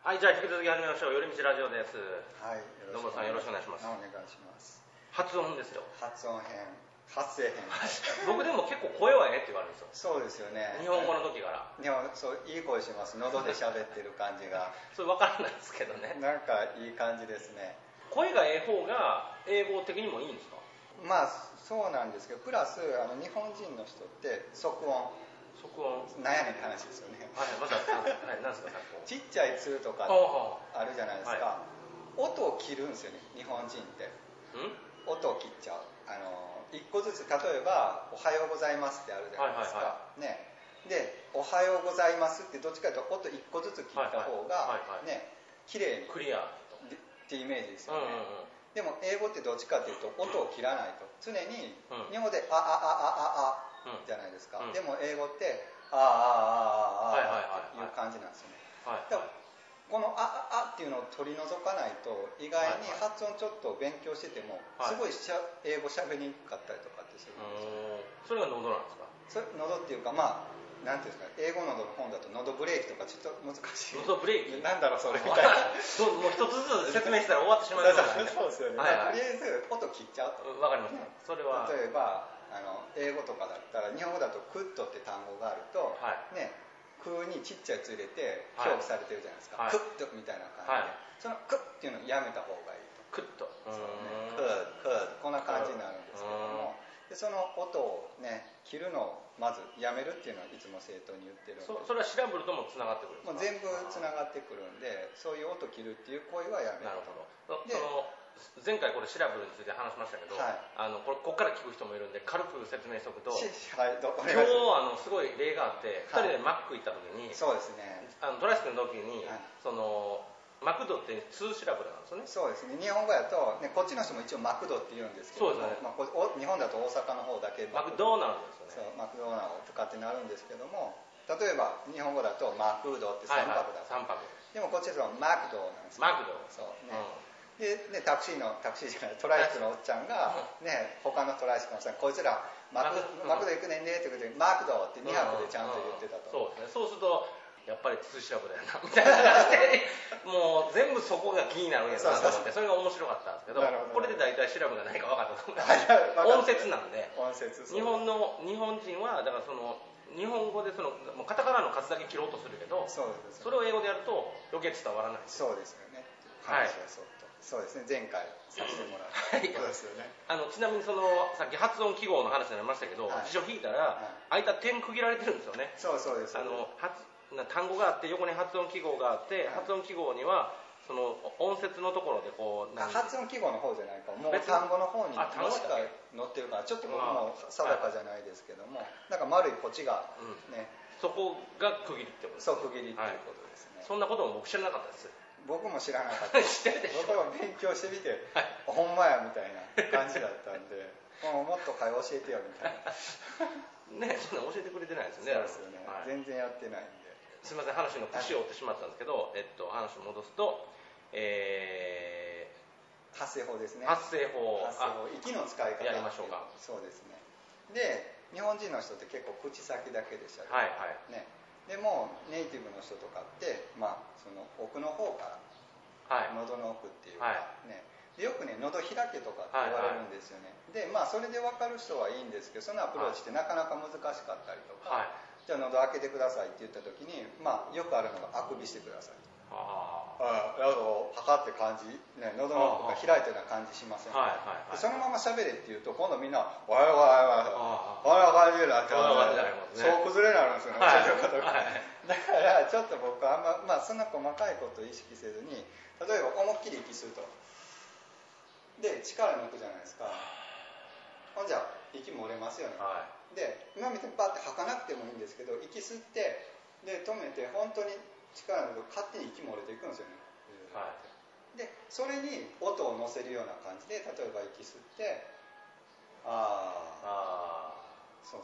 はい、じゃあ引き続き始めましょう。寄り道ラジオです。 はい、 野村さんよろしくお願いします。 お願いします。 発音ですよ。 発音編、発声編。 僕でも結構声はって言われるんですよ。 そうですよね。 日本語の時から。 でもそういい声します。喉で喋ってる感じが。 それ分からないですけどね。 なんかいい感じですね。 声がええ方が英語的にもいいんですか？ まあそうなんですけど、プラス日本人の人って即音。 即音。 なんやねんって話ですよね。 はい、またはい何ですか？ ちっちゃい「つ」とかあるじゃないですか。音を切るんですよね。日本人って。音を切っちゃう。一個ずつ例えば「おはようございます」ってあるじゃないですか。ね。で「おはようございます」ってどっちかというと音一個ずつ切った方がね綺麗にクリアってイメージですよね。でも英語ってどっちかというと音を切らないと常に日本語で「あ」じゃないですか。でも英語って「あ」っていう感じなんですよね。でもこの「あ」っていうのを取り除かないと意外に発音ちょっと勉強しててもすごい英語喋りにくかったりとかってするんですよ。 それが喉なんですか？ 喉っていうかまあなんていうんですか、英語の本だと喉ブレーキとかちょっと難しい。 喉ブレーキなんだろうそれみたいな。 もう一つずつ説明したら終わってしまいますからね。 そうですよね。とりあえず音切っちゃうと。 わかりました。それは例えば英語とかだったら日本語だとクッドって単語があると、ね、空にちっちゃいつ入れて表記されてるじゃないですか。クッドみたいな感じで、そのクッっていうのをやめた方がいいと。 クッド。 こんな感じになるんですけども、でその音をね切るのをまずやめるっていうのはいつも生徒に言ってるんで。 それはシラブルともつながってくるんですか？ もう全部つながってくるんで、そういう音切るっていう行為はやめる。 なるほど。で前回これシラブルについて話しましたけど、ここから聞く人もいるんで軽く説明しておくと、今日すごい例があって2人でマック行った時に、 そうですね、 トライス君の時にマクドって2シラブルなんですよね。 そうですね。日本語だと、ね、こっちの人も一応マクドって言うんですけども、日本だと大阪の方だけマクドナルドですよね。 そうマクドナルドとかってなるんですけども、例えば日本語だとマクドって3拍だと、でもこっちだとマクドなんですよ。 マクド。 そうね。でタクシーじゃないトライスのおっちゃんがね、他のトライスのおっちゃん、こいつらマクド行くねんねってことでマクドって2拍でちゃんと言ってたと。 そうですね。そうするとやっぱり2シラブルやなみたいな感じでもう全部そこが気になるんやなと思って、それが面白かったんですけど、これで大体シラブルが何か分かったと思う。音節なんで、日本人はだから日本語でもうカタカナの数だけ切ろうとするけど、それを英語でやると余計伝わらない。 そうですよね。はい。そうですね。前回させてもらう。そうですよね。 ちなみにさっき発音記号の話になりましたけど、辞書引いたら空いた点区切られてるんですよね。 そうです。 単語があって横に発音記号があって、発音記号にはその音節のところでこう発音記号の方じゃないかもう単語の方にもしか載ってるからちょっと僕も定かじゃないですけども、なんか丸いポチがね、 そこが区切りってことです。 そう区切りっていうことですね。 そんなことも僕知らなかったです。 僕も知らなかった。 知ってるでしょ。 僕も勉強してみて、ほんまやみたいな感じだったんで、もっと会話教えてよみたいな。ね、そんな教えてくれてないですよね。 そうですよね。全然やってないんで。 すみません、話の腰を折ってしまったんですけど、話を戻すと、 発声法ですね。 発声法。 息の使い方。 やりましょうか。 そうですね。で、日本人の人って結構口先だけでしゃべる。ね。でもネイティブの人とかってその奥の方から喉の奥っていうかね、でよくね喉開けとかって言われるんですよね。でそれで分かる人はいいんですけど、そのアプローチってなかなか難しかったりとか、じゃあ喉開けてくださいって言った時によくあるのがあくびしてくださいと。喉をパカって感じ、ね、喉の奥が開いてるような感じしませんか？そのまま喋れって言うと今度みんなわいこんな感じになってそう崩れになるんですよね。だからちょっと僕はそんな細かいことを意識せずに、例えば思いっきり息吸うとで力抜くじゃないですか。ほんじゃ息漏れますよね。で今みたいにパッて吐かなくてもいいんですけど、息吸ってで止めて本当に力抜くと勝手に息漏れていくんですよね。でそれに音を乗せるような感じで、例えば息吸ってそう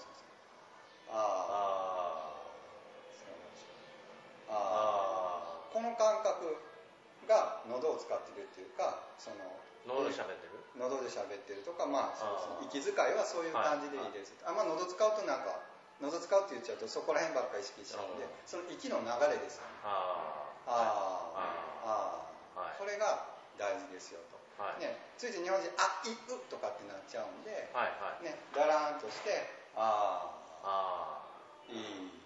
この感覚が喉を使ってるっていうか、 喉で喋ってるとか、そうですね、息遣いはそういう感じでいいです。喉使うとなんか喉使うって言っちゃうとそこら辺ばっかり意識しちゃうんで、その息の流れですよね。これが大事ですよと、ね、ついて日本人あいうとかってなっちゃうんで、ね、だらーんとしてい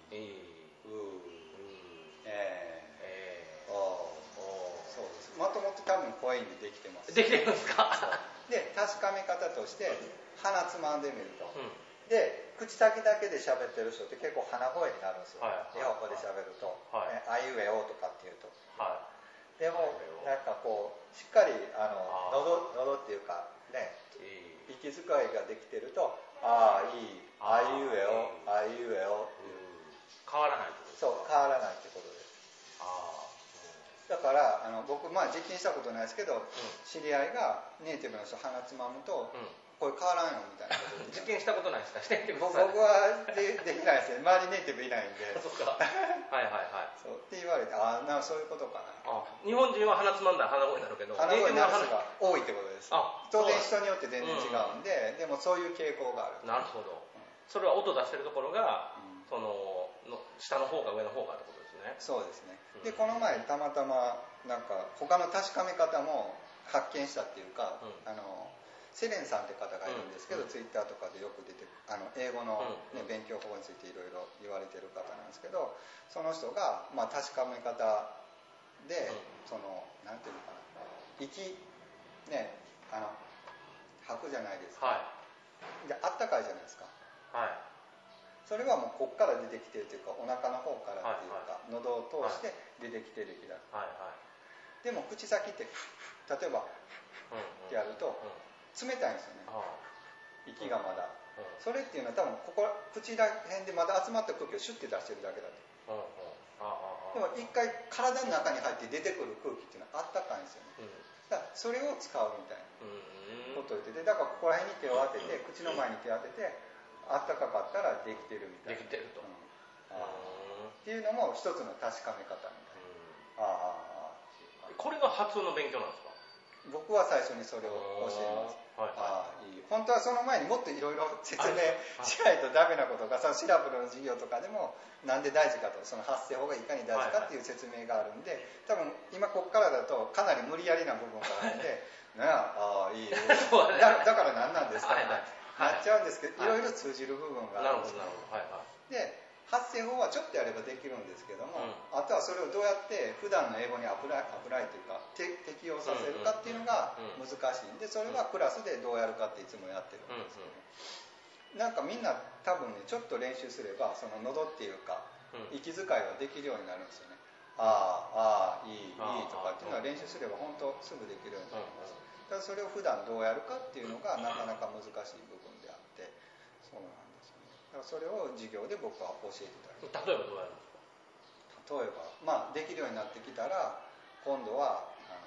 そうです。まともって多分声にできてます。 できてますか？ で確かめ方として鼻つまんでみると、で口先だけで喋ってる人って結構鼻声になるんですよ。日本語で喋ると、あいうえおとかっていうと、でもなんかこうしっかり喉っていうかね、息遣いができてるとあいいあいうえおあいうえおっていう変わらないってことですか？ そう変わらないってことです。だから僕実験したことないですけど、知り合いがネイティブの人鼻つまむと、これ変わらんよみたいなことで実験したことないですか？してみてください。僕はできないですね。周りネイティブいないんで。 そっか。 そうって言われて、そういうことかな。 日本人は鼻つまんだら鼻声になるけど、 鼻声になる人が多いってことです。当然人によって全然違うんで、でもそういう傾向がある。 なるほど。それは音出してるところが、その下の方か上の方かってことですね。 そうですね。でこの前たまたまなんか他の確かめ方も発見したっていうか、セレンさんって方がいるんですけど、ツイッターとかでよく出て英語の、ね、勉強法についていろいろ言われてる方なんですけど、その人が、確かめ方で、なんていうのかな、息ね吐くじゃないですか、であったかいじゃないですか、それはもうこっから出てきてるというかお腹の方からっていうか、喉を通して出てきてる息だ、でも口先って例えばってやると冷たいんですよね、息がまだ、それっていうのは多分ここ口ら辺でまだ集まった空気をシュッて出してるだけだと、でも一回体の中に入って出てくる空気っていうのはあったかいんですよね、だからそれを使うみたいなことを言ってて、だからここら辺に手を当てて、口の前に手を当てて、あったかかったらできてるみたいな、 できてると、 っていうのも一つの確かめ方みたいな。 これが発音の勉強なんですか？ 僕は最初にそれを教えます。本当はその前にもっといろいろ説明しないとダメなことが、そのシラブルの授業とかでもなんで大事かと、その発声法がいかに大事かっていう説明があるんで、多分今ここからだとかなり無理やりな部分があるんでいいよだから何なんですかみたいなっちゃうんですけど、いろいろ通じる部分があるんですよ。で発声法はちょっとやればできるんですけども、あとはそれをどうやって普段の英語にアプライというか適用させるかっていうのが難しいんで、それはクラスでどうやるかっていつもやってるんですけど、なんかみんな多分ねちょっと練習すればその喉っていうか息遣いはできるようになるんですよね。いいとかっていうのは練習すれば本当すぐできるようになります。ただそれを普段どうやるかっていうのがなかなか難しい部分であって、そうなんですよね。だからそれを授業で僕は教えてたり。 例えばどうやるんですか？ 例えばできるようになってきたら今度は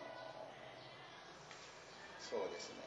そうですね、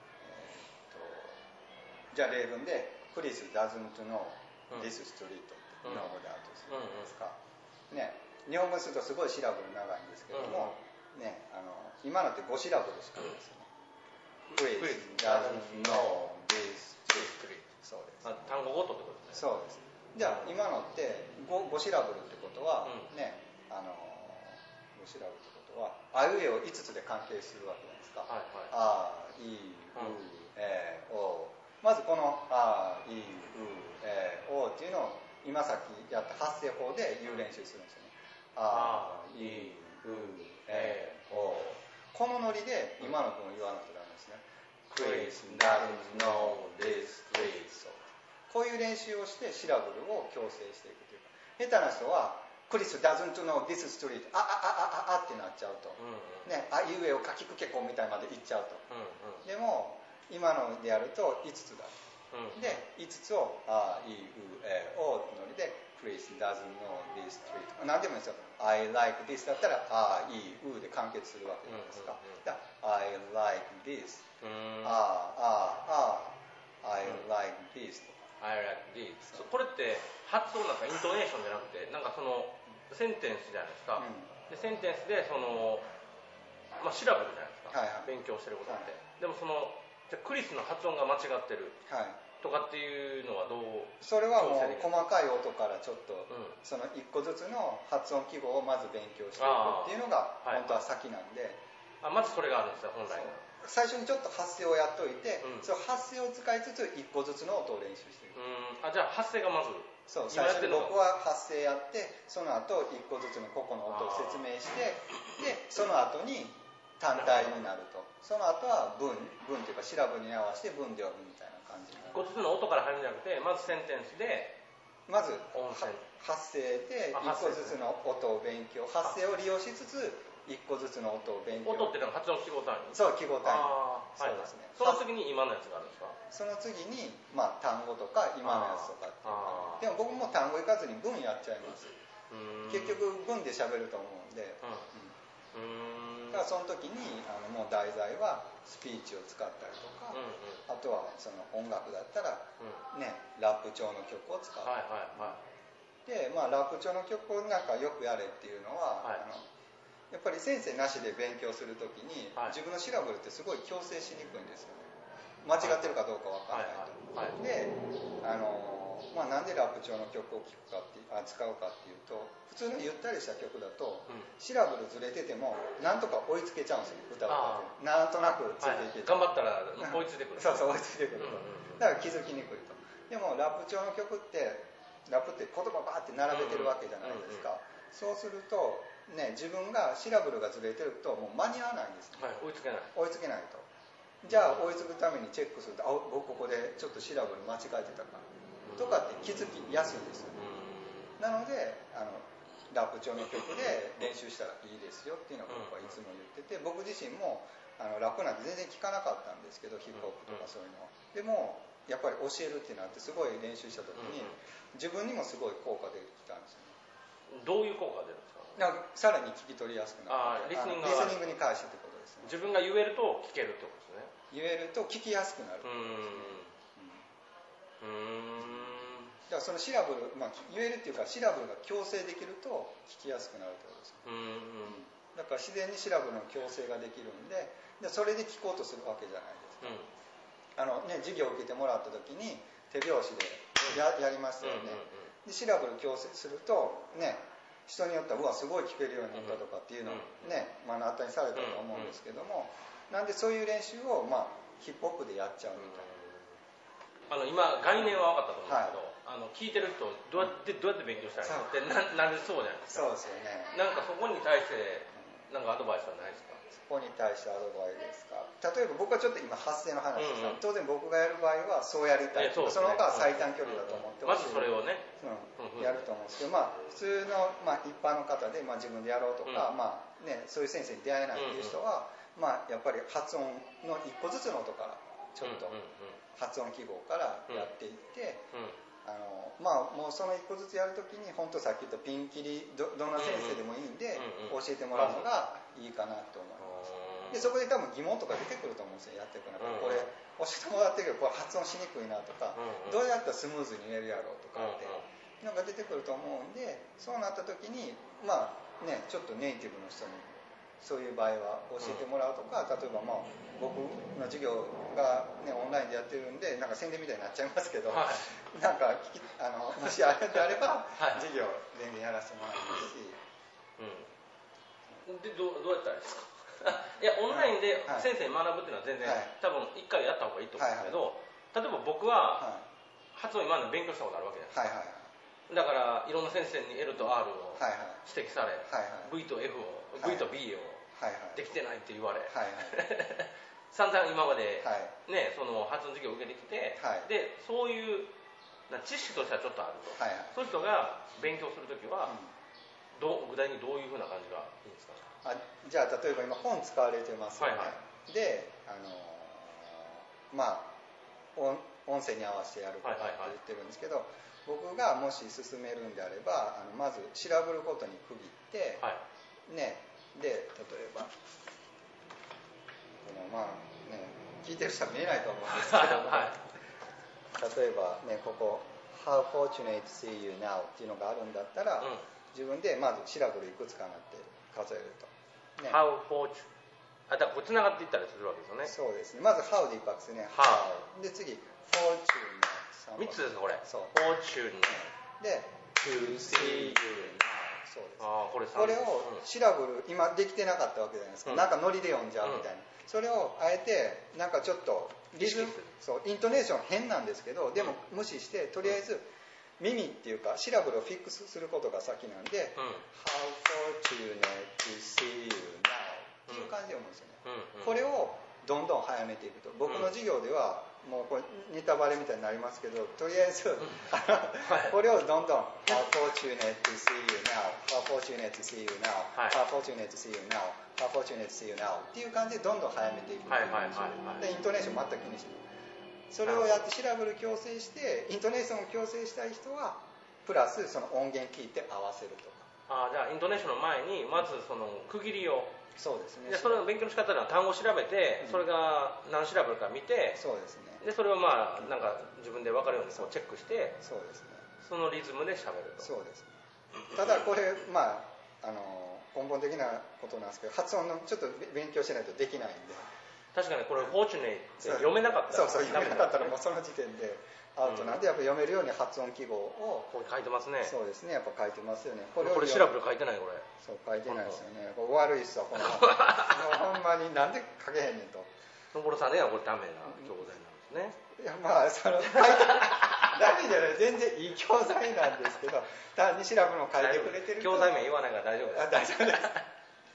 じゃあ例文でクリス doesn't know this street って日本語であるとするんですか、ね、日本語にするとすごいシラブル長いんですけども、ね、今のって5シラブルしかないですよね。クリス doesn't know this street。 そうです。 単語ごとってことですね。 そうです。じゃあ今のって 5シラブルってことは、ね、5シラブルってことはあいうえを5つで関係するわけじゃないですか。いお、まずこのいおっていうのを今さっきやった発声法で言う練習するんですよね。いお、このノリで今の文を言わなきゃダメですね。Chris doesn't know this street。こういう練習をしてシラブルを矯正していくというか、下手な人はクリス doesn't know this street ってなっちゃうと、ね、あいうえをかきくけこみたいまでいっちゃうと、でも今のでやると5つだ、で5つをいうえおのりでクリス doesn't know this street、何でもいいですよ。 I like this だったらいうで完結するわけじゃないですか。I like this、I like this とか I like this。これって発音なんかイントネーションじゃなくて、なんかそのセンテンスじゃないですか。でセンテンスでそのシラブルじゃないですか。勉強してることって。でもそのじゃクリスの発音が間違ってる。 とかっていうのはどう？ それはもう細かい音からちょっと、その1個ずつの発音記号をまず勉強していくっていうのが本当は先なんで、 まずそれがあるんですよ本来は。 最初にちょっと発声をやっといて、その発声を使いつつ1個ずつの音を練習していく。 じゃあ発声がまず。 そう、最初に僕は発声やって、その後1個ずつの個々の音を説明して、でその後に単体になると、その後は文というかシラブに合わせて文で読むみたいな感じになる。 1個ずつの音から入るんじゃなくて、まずセンテンスでまず発声で1個ずつの音を勉強、発声を利用しつつ1個ずつの音を勉強。 音ってのは発音記号単位？ そう、記号単位。そうですね。 その次に今のやつがあるんですか？ その次に、単語とか今のやつとかっていう。でも僕も単語いかずに文やっちゃいます。結局文で喋ると思うんで。だからその時にもう題材はスピーチを使ったりとか、あとはその音楽だったらね、ラップ調の曲を使う。で、ラップ調の曲をなんかよくやれっていうのは、やっぱり先生なしで勉強するときに、自分のシラブルってすごい矯正しにくいんですよね。間違ってるかどうかわからないと。で、なんでラップ調の曲を聴くか使うかっていうと、普通のゆったりした曲だと、シラブルずれててもなんとか追いつけちゃうんですよ、歌うって。なんとなくついていけちゃう。 頑張ったら追いついてくる。 そうそう、追いついてくると。だから気づきにくいと。でもラップ調の曲って、ラップって言葉バーって並べてるわけじゃないですか。そうするとね、自分がシラブルがずれてるともう間に合わないんですね。 追いつけない。 追いつけないと。じゃあ追いつくためにチェックすると、僕ここでちょっとシラブル間違えてたかとかって気づきやすいんですよ。なのでラップ調の曲で練習したらいいですよっていうのを僕はいつも言ってて、僕自身もラップなんて全然聞かなかったんですけど、ヒップホップとかそういうのでもやっぱり教えるっていうのがあって、すごい練習した時に自分にもすごい効果出てきたんですよね。 どういう効果が出るんですか？ さらに聞き取りやすくなる。リスニングに関してってことですね。 自分が言えると聞けるってことですね。 言えると聞きやすくなる。だからそのシラブル、言えるっていうかシラブルが矯正できると聞きやすくなるってことです。だから自然にシラブルの矯正ができるんで、それで聞こうとするわけじゃないですか。授業を受けてもらった時に手拍子で やりましたよね。でシラブル矯正するとね、人によってはうわすごい聞けるようになったとかっていうのをね、目の当たりにされたと思うんですけども、なんでそういう練習をヒップホップでやっちゃうみたいな。今概念は分かったと思うんですけど、聞いてる人どうやって勉強したらいいのってなるそうじゃないですか。 そうですよね。 なんかそこに対してなんかアドバイスはないですか？ そこに対してアドバイスですか。例えば僕はちょっと今発声の話ですが、当然僕がやる場合はそうやりたい。その他は最短距離だと思ってまずそれをね、 やると思うんですけど、普通の一般の方で自分でやろうとか、そういう先生に出会えないっていう人は、やっぱり発音の一個ずつの音からちょっと発音記号からやっていって、もうその一個ずつやるときに本当さっき言ったピンキリどんな先生でもいいんで教えてもらうのがいいかなと思います。でそこで多分疑問とか出てくると思うんですよ、やっていく中で。これ教えてもらってるけどこれ発音しにくいなとか、どうやったらスムーズに言えるやろうとかってなんか出てくると思うんで、そうなった時にちょっとネイティブの人にそういう場合は教えてもらうとか、例えば僕の授業が、オンラインでやってるんでなんか宣伝みたいになっちゃいますけど、なんかもしあれであれば、授業全然やらせてもらいますし。 でどうやったらいいですか？いやオンラインで先生に学ぶっていうのは全然、多分1回やった方がいいと思うんですけど、例えば僕は発音今まで勉強したことあるわけじゃないですか。だからいろんな先生に L と R を指摘され、V と F を V と B をできてないって言われ、散々今までねその発音授業を受けてきて、でそういう知識としてはちょっとあると、そういう人が勉強するときは具体的にどういうふうな感じがいいんですか？ じゃあ例えば今本使われてますよね。で音声に合わせてやるとかって言ってるんですけど、僕がもし進めるんであればまず調べることに区切って、で例えば聞いてる人は見えないと思うんですけど、例えばここ How fortunate to see you now っていうのがあるんだったら、自分でまずシラブルいくつかなって数えると、 How fortunate だからこうつながっていったりするわけですよね。 そうですね。まず How で一発ね。How で次 fortunate 3つですこれ。 そう。 fortunate で to see you now。 そうです。 これをシラブル今できてなかったわけじゃないですか、なんかノリで読んじゃうみたいな、それをあえてなんかちょっとリズム、そうイントネーション変なんですけど、でも無視してとりあえず耳っていうかシラブルをフィックスすることが先なんで、How fortunate to see you now っていう感じで読むんですよね、これをどんどん早めていくと、僕の授業ではもうこれネタバレみたいになりますけど、とりあえずこれをどんどん How fortunate to see you now How fortunate to see you now How fortunate to see you now How fortunate to see you now っていう感じでどんどん早めていくっていう感じで、イントネーション全く気にしない。それをやってシラブル矯正してイントネーションを矯正したい人はプラスその音源聞いて合わせるとか。 じゃあイントネーションの前にまずその区切りを、 そうですね、 でそれの勉強の仕方では単語を調べて、それが何シラブルか見て、 そうですね、 でそれをまあなんか自分で分かるようにこうチェックして、 そうですね、 そのリズムで喋ると。 そうです、ただこれまあ根本的なことなんですけど、発音のちょっと勉強しないとできないんで。 確かにこれ「フォーチュネイ」って読めなかったら、 そう読めなかったらもうその時点でアウトなんで、やっぱ読めるように発音記号をこれ書いてますね。 そうですね、やっぱ書いてますよね。 これシラブル書いてない、これ。 そう書いてないですよね。これ悪いっすわこのほんまになんで書けへんねんと。 のぼろさんね、これダメな教材なんですね。 いやまあそのダメじゃない、全然いい教材なんですけど、単にシラブルを書いてくれてると。 教材名言わないから大丈夫です。 大丈夫です。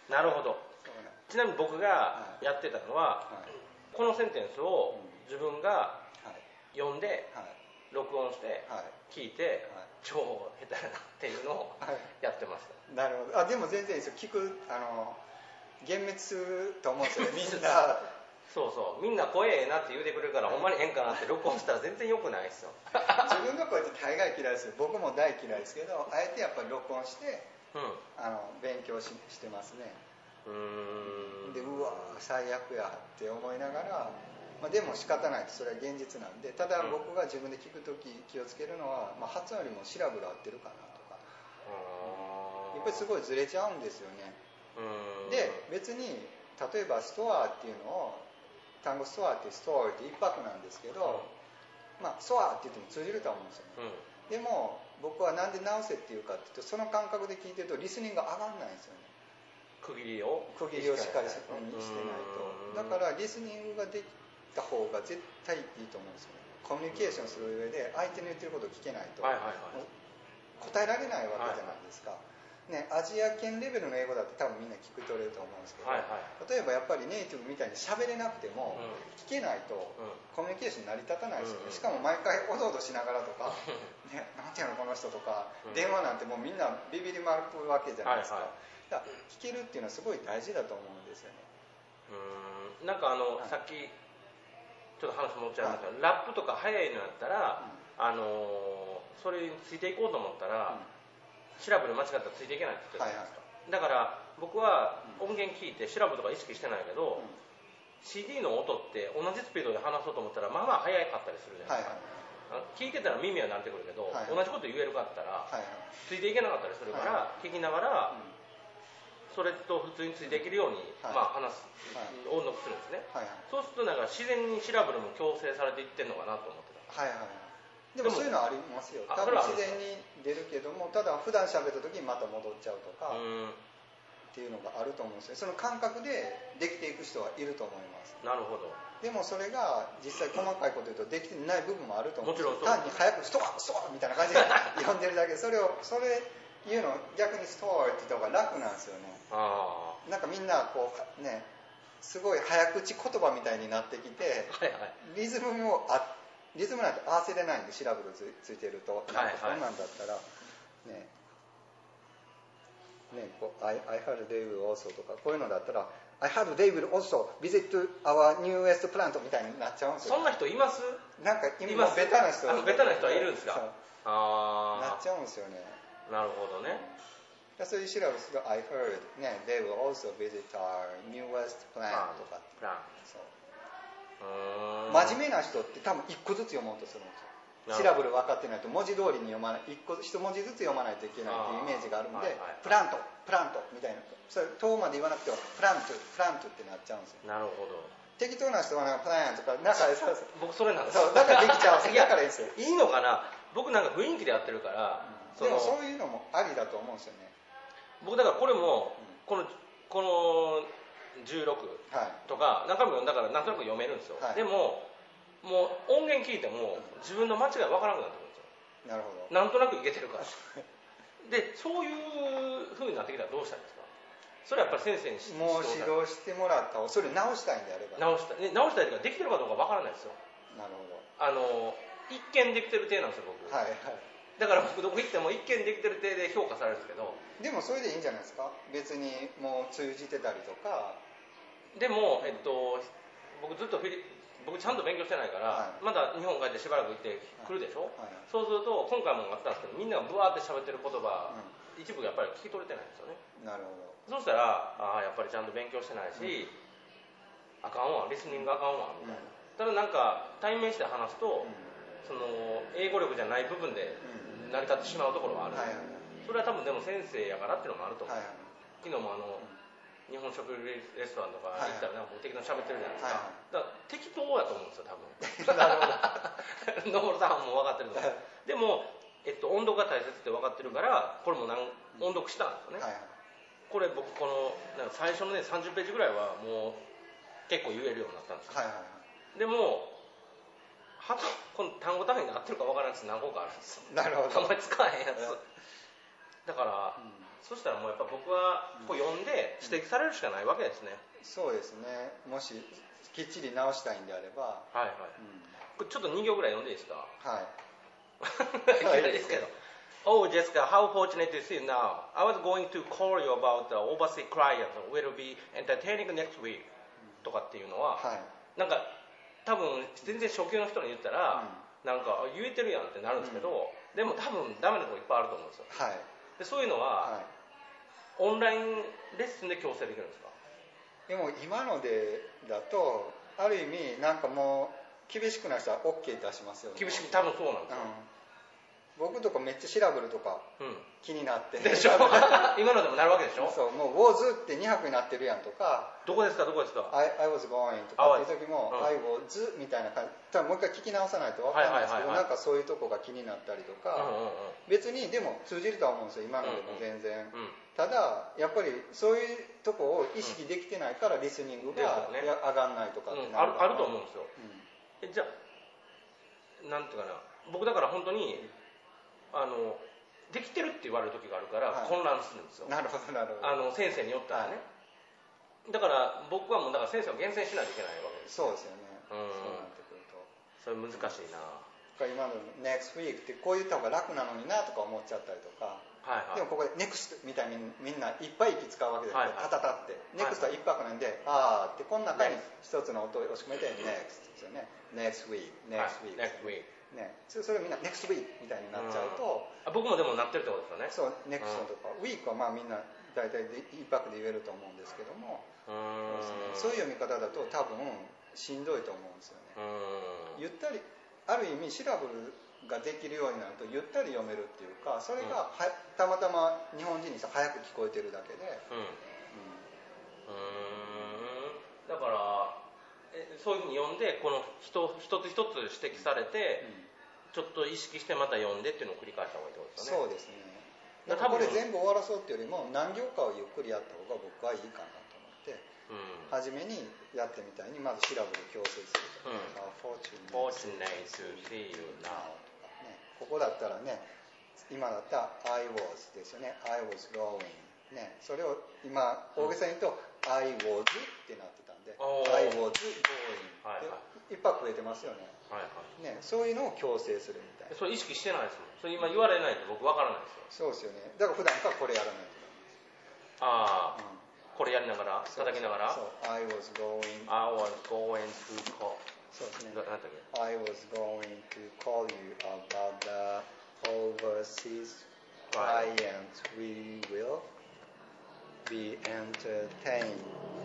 なるほど。ちなみに僕がやってたのは、このセンテンスを自分が読んで録音して聞いて超下手やなっていうのをやってました。 なるほど。でも全然いいですよ。聞く幻滅すると思うんですよね、みんな。 そうみんな声ええなって言うてくれるから、ほんまにええんかなって録音したら全然良くないですよ。 自分の声って大概嫌いですよ。僕も大嫌いですけど、あえてやっぱり録音して、勉強してますね。でうわ最悪やって思いながら、でも仕方ない、それは現実なんで。ただ僕が自分で聞くとき気をつけるのは、発音よりもシラブル合ってるかなとか、やっぱりすごいずれちゃうんですよね。で別に例えばストアっていうのを、単語ストアってストアって一拍なんですけど、ストアって言っても通じると思うんですよね。でも僕はなんで直せっていうかっていうと、その感覚で聞いてるとリスニングが上がらないんですよね。 区切りをしっかりしてないと。だからリスニングができた方が絶対いいと思うんですよね。コミュニケーションする上で相手の言ってることを聞けないと答えられないわけじゃないですか。アジア圏レベルの英語だって多分みんな聞き取れると思うんですけど、例えばやっぱりネイティブみたいに喋れなくても聞けないとコミュニケーション成り立たないですよね。しかも毎回おどおどしながらとか、なんていうのこの人とか、電話なんてもうみんなビビりまくわけじゃないですか。だから聞けるっていうのはすごい大事だと思うんですよね。 なんかさっきちょっと話戻っちゃいましたけど、ラップとか速いのやったら、それについていこうと思ったら、シラブル間違ったらついていけないって言ってたじゃないですか。だから僕は音源聞いてシラブルとか意識してないけど、CD の音って同じスピードで話そうと思ったらまあまあ速かったりするじゃないですか。聞いてたら耳は慣れてくるけど、同じこと言えるかったらついていけなかったりするから、聞きながらそれと普通についていけるように話す音読するんですね。そうするとなんか自然にシラブルも矯正されていってんのかなと思ってた。でもそういうのはありますよ。多分自然に出るけども、ただ普段喋った時にまた戻っちゃうとかっていうのがあると思うんですよ。その感覚でできていく人はいると思います。なるほど。でもそれが実際細かいこと言うとできてない部分もあると思うんですよ。単に早くストアみたいな感じで読んでるだけ。それ言うの逆にストアって言った方が楽なんですよね。なんかみんなこうね、すごい早口言葉みたいになってきて、リズムなんて合わせれないんで、シラブルついてると、なんかそんなんだったらね、こう I heard they will also とかこういうのだったら I heard they will also visit our newest plant みたいになっちゃうんですよ。そんな人います？なんか今ベタな人はいるんですか？なっちゃうんですよね。なるほどね。そういうシラブルが I heard ね、they will also visit our newest plant とかって。真面目な人って多分一個ずつ読もうとするんですよ。シラブル分かってないと文字通りに読まない、一文字ずつ読まないといけないっていうイメージがあるんで、プラントみたいな、それ遠まで言わなくてもプラントってなっちゃうんですよ。なるほど。 適当な人はなんかプライアンとかなんか僕それなんですよ。だからできちゃう。だからいいですよ。 いいのかな。僕なんか雰囲気でやってるから、 でもそういうのもありだと思うんですよね。 僕だからこれも、この16とか何回も読んだからなんとなく読めるんですよ、でももう音源聞いても自分の間違い分からなくなってくるんですよ。 なるほど。 なんとなくいけてるからで、そういう風になってきたらどうしたらいいですか。それはやっぱり先生にもう指導してもらったそれ直したいんであれば直したいというかできてるかどうか分からないですよ。 なるほど。 一見できてる体なんですよ僕。はいはい。だから僕どこ行っても一見できてる体で評価されるんですけど、 でもそれでいいんじゃないですか。別にもう通じてたりとか。 でも、僕ずっと僕ちゃんと勉強してないから、まだ日本帰ってしばらく行ってくるでしょ、そうすると今回もあったんですけどみんながブワーって喋ってる言葉、一部やっぱり聞き取れてないんですよね。 なるほど。そうしたらやっぱりちゃんと勉強してないし、あかんわリスニングあかんわみたいな、ただなんか対面して話すと、その英語力じゃない部分で成り立ってしまうところはある、それは多分でも先生やからっていうのもあると思う、昨日も日本食レストランとか行ったら僕適当に喋ってるじゃないですか、だから適当やと思うんですよ多分なるほど野村さんも分かってると思うでも、音読が大切って分かってるからこれも音読したんですよね、これ僕この最初のね30ページぐらいはもう結構言えるようになったんですよ、でもこの単語単位で合ってるか分からないやつ何個かあるんですよ。 なるほど。 あんまり使えへんやつ。だから、そしたらもうやっぱ僕はこう読んで指摘されるしかないわけですね。 そうですね。もしきっちり直したいんであれば。 はいはい。これちょっと2行ぐらい読んでいいですか。 はい。 いきなりですけど。Oh, Jessica, how fortunate to see you now. I was going to call you about the overseas client will be entertaining next week. とかっていうのは、なんか多分全然初級の人に言ったら、なんか言えてるやんってなるんですけど、でも多分ダメなとこいっぱいあると思うんですよ、でそういうのは、オンラインレッスンで強制できるんですか。 でも今のでだとある意味なんかもう厳しくない人は OK 出しますよね。 厳しく多分そうなんですよ、 僕とかめっちゃシラブルとか気になって、 でしょ今のでもなるわけでしょ。 そうもう was って2拍になってるやんとか、 どこですかどこですか I was going とかっていう時も、I was みたいな感じ、多分もう一回聞き直さないと分からないですけど、なんかそういうとこが気になったりとか、別にでも通じるとは思うんですよ今のでも全然、ただやっぱりそういうとこを意識できてないからリスニングが上がんないとかってなる、 あると思うんですよ、じゃあなんていうかな、僕だから本当にできてるって言われる時があるから混乱するんですよ、 なるほどなるほど、 先生によってはね、だから僕はもうだから先生を厳選しないといけないわけです。 そうですよね、そうなってくるとそれ難しいな。 今の next week ってこう言った方が楽なのになとか思っちゃったりとか、でもここで next みたいにみんないっぱい息使うわけですよ、タタタって next は一拍なんで、あーってこの中に一つの音を押し込めて next ですよね、next week next week、ね、それみんな next week みたいになっちゃうと、 僕もでもなってるってことですよね。 そう next とか week はまあみんな大体一拍で言えると思うんですけども、そういう読み方だと多分しんどいと思うんですよね。ゆったりある意味シラブルができるようになるとゆったり読めるっていうか、それがたまたま日本人に早く聞こえてるだけで、 だからそういうふうに読んでこの一つ一つ指摘されて、ちょっと意識してまた読んでっていうのを繰り返した方がいいってことですよね。 そうですね。だからこれ全部終わらそうっていうよりも何行かをゆっくりやった方が僕はいいかなと思って、初めにやってみたいにまずシラブル強制するとか、Fortunate to see you now とかね、ここだったらね、今だったら I was ですよね、I was going ね、それを今大げさに言うと、I was ってなってたんで、I was going 一拍増えてますよね。ね、そういうのを強制するみたいな。 それ意識してないですもん。それ今言われないと僕分からないですよ。 そうですよね。だから普段からこれやらないとダメです。これやりながら叩きながら。 そう。I was going to call。そうですね。何だっけ。 I was going to call you about the overseas client we will be entertaining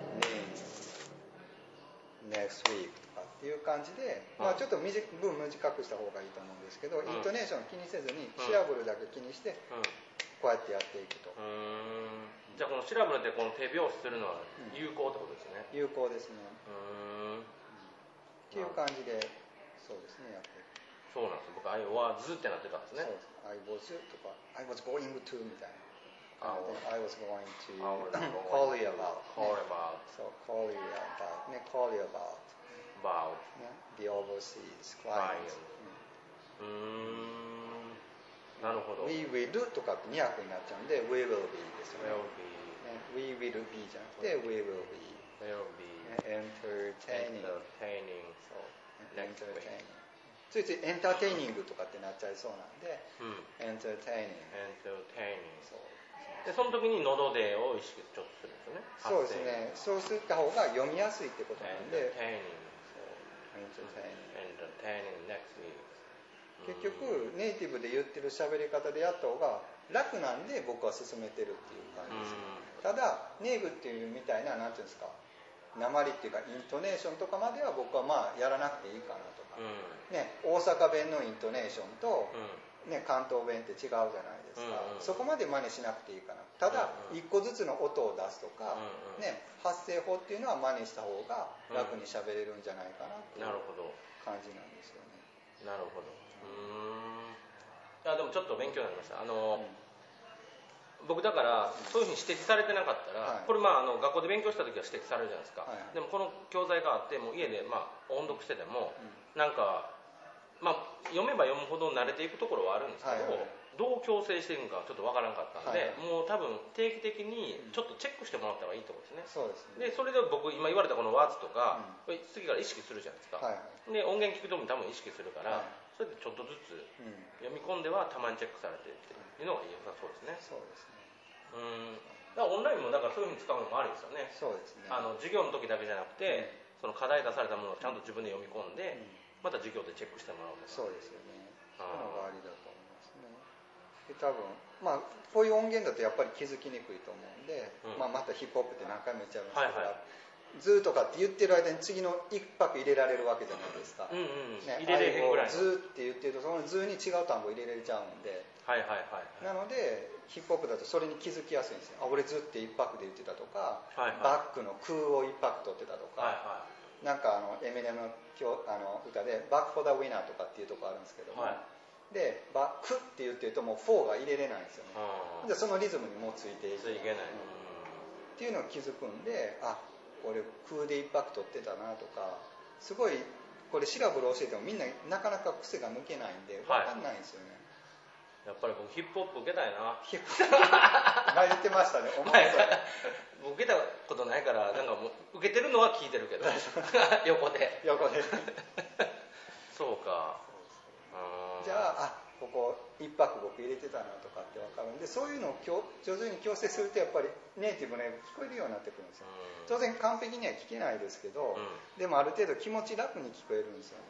next week。っていう感じで、まあ、ちょっと文短くした方がいいと思うんですけど、イントネーション気にせずにシラブルだけ気にしてこうやってやっていくと。 じゃあこのシラブルってこの手拍子するのは有効ってことですね。 有効ですね。 っていう感じで、そうですね、やってる。 そうなんです。僕、I was ってなってたんですね。 そうです。I was とか、I was going to みたいな。I was going to call you about. Call about. そう、call you about. ね、call you about. About. ね、the overseas clients. なるほど。 We will とかって2拍になっちゃうんで、we will be ですよね。We will be じゃなくて、we will be. Will be. Entertaining. Entertaining. そう。Entertaining. ついついエンターテイニングとかってなっちゃいそうなんで、Entertaining. Entertaining. そう。 でその時に喉でを意識ちょっとするんですよね。 そうですね。そうすった方が読みやすいってことなんで。 Entertaining next week. 結局ネイティブで言ってる喋り方でやった方が楽なんで僕は進めてるっていう感じです、ただネイブっていうみたいななんていうんですか、訛りっていうかイントネーションとかまでは僕はまあやらなくていいかなとか、ね、大阪弁のイントネーションと、ね、関東弁って違うじゃないですか、そこまで真似しなくていいかな。ただ一個ずつの音を出すとか、ね、発声法っていうのは真似した方が楽に喋れるんじゃないかなっていう感じなんですよね。 なるほど。いやでもちょっと勉強になりました。僕だからそういうふうに指摘されてなかったら、これまあ学校で勉強した時は指摘されるじゃないですか、でもこの教材があってもう家でまあ音読してても、なんかまあ読めば読むほど慣れていくところはあるんですけど、どう矯正していくのかちょっとわからなかったんで、もう多分定期的にちょっとチェックしてもらった方がいいってことですね。 そうですね。 でそれで僕今言われたこのワーズとか、次から意識するじゃないですか、で音源聞くときに多分意識するから、それでちょっとずつ読み込んではたまにチェックされてっていうのが良さそうですね。 そうですね。 だからオンラインもだからそういうふうに使うのもありですよね。 そうですね。 授業の時だけじゃなくて、その課題出されたものをちゃんと自分で読み込んで、また授業でチェックしてもらうとか。 そうですよね。そういうのがありだと思いますね。で多分まあこういう音源だとやっぱり気づきにくいと思うんで、またヒップホップって何回も言っちゃうんですけど、ズーとかって言ってる間に次の一拍入れられるわけじゃないですか。 入れれへんぐらいの。 ズーって言ってるとそのズーに違う単語入れられちゃうんで、なのでヒップホップだとそれに気づきやすいんですね。俺ズーって一拍で言ってたとか、バックの空を一拍取ってたとか、なんかエミネムの歌でバックフォーダウィナーとかっていうとこあるんですけども、でバックって言ってるともう4が入れれないんですよね。でそのリズムにもうついていけないっていうのを気づくんで、俺空で一拍取ってたなとか、すごいこれシラブル教えてもみんななかなか癖が抜けないんで分かんないんですよね。 やっぱり僕ヒップホップ受けたいな。 前言ってましたね。 僕受けたことないからなんかもう受けてるのは聞いてるけど横でそうか。 じゃあここ一拍僕入れてたなとかって分かるんで、そういうのを上手に矯正するとやっぱりネイティブの英語聞こえるようになってくるんですよ。当然完璧には聞けないですけど、でもある程度気持ち楽に聞こえるんですよね。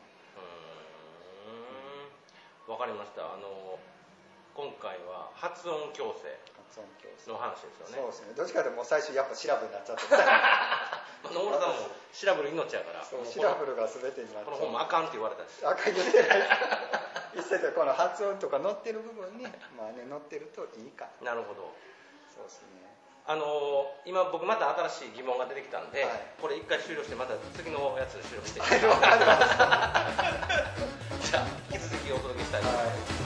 分かりました。今回は発音矯正の話ですよね。 そうですね。どっちかというともう最初やっぱシラブルになっちゃって野村さんもシラブル命やから、 シラブルが全てになっちゃう。 この本もあかんって言われたんです。 あかん言ってない一切この発音とか載ってる部分に載ってるといいかな。 なるほど。 そうですね。 今僕また新しい疑問が出てきたんで、これ一回終了してまた次のやつ収録していきます。じゃあ引き続きお届けしたいと思います。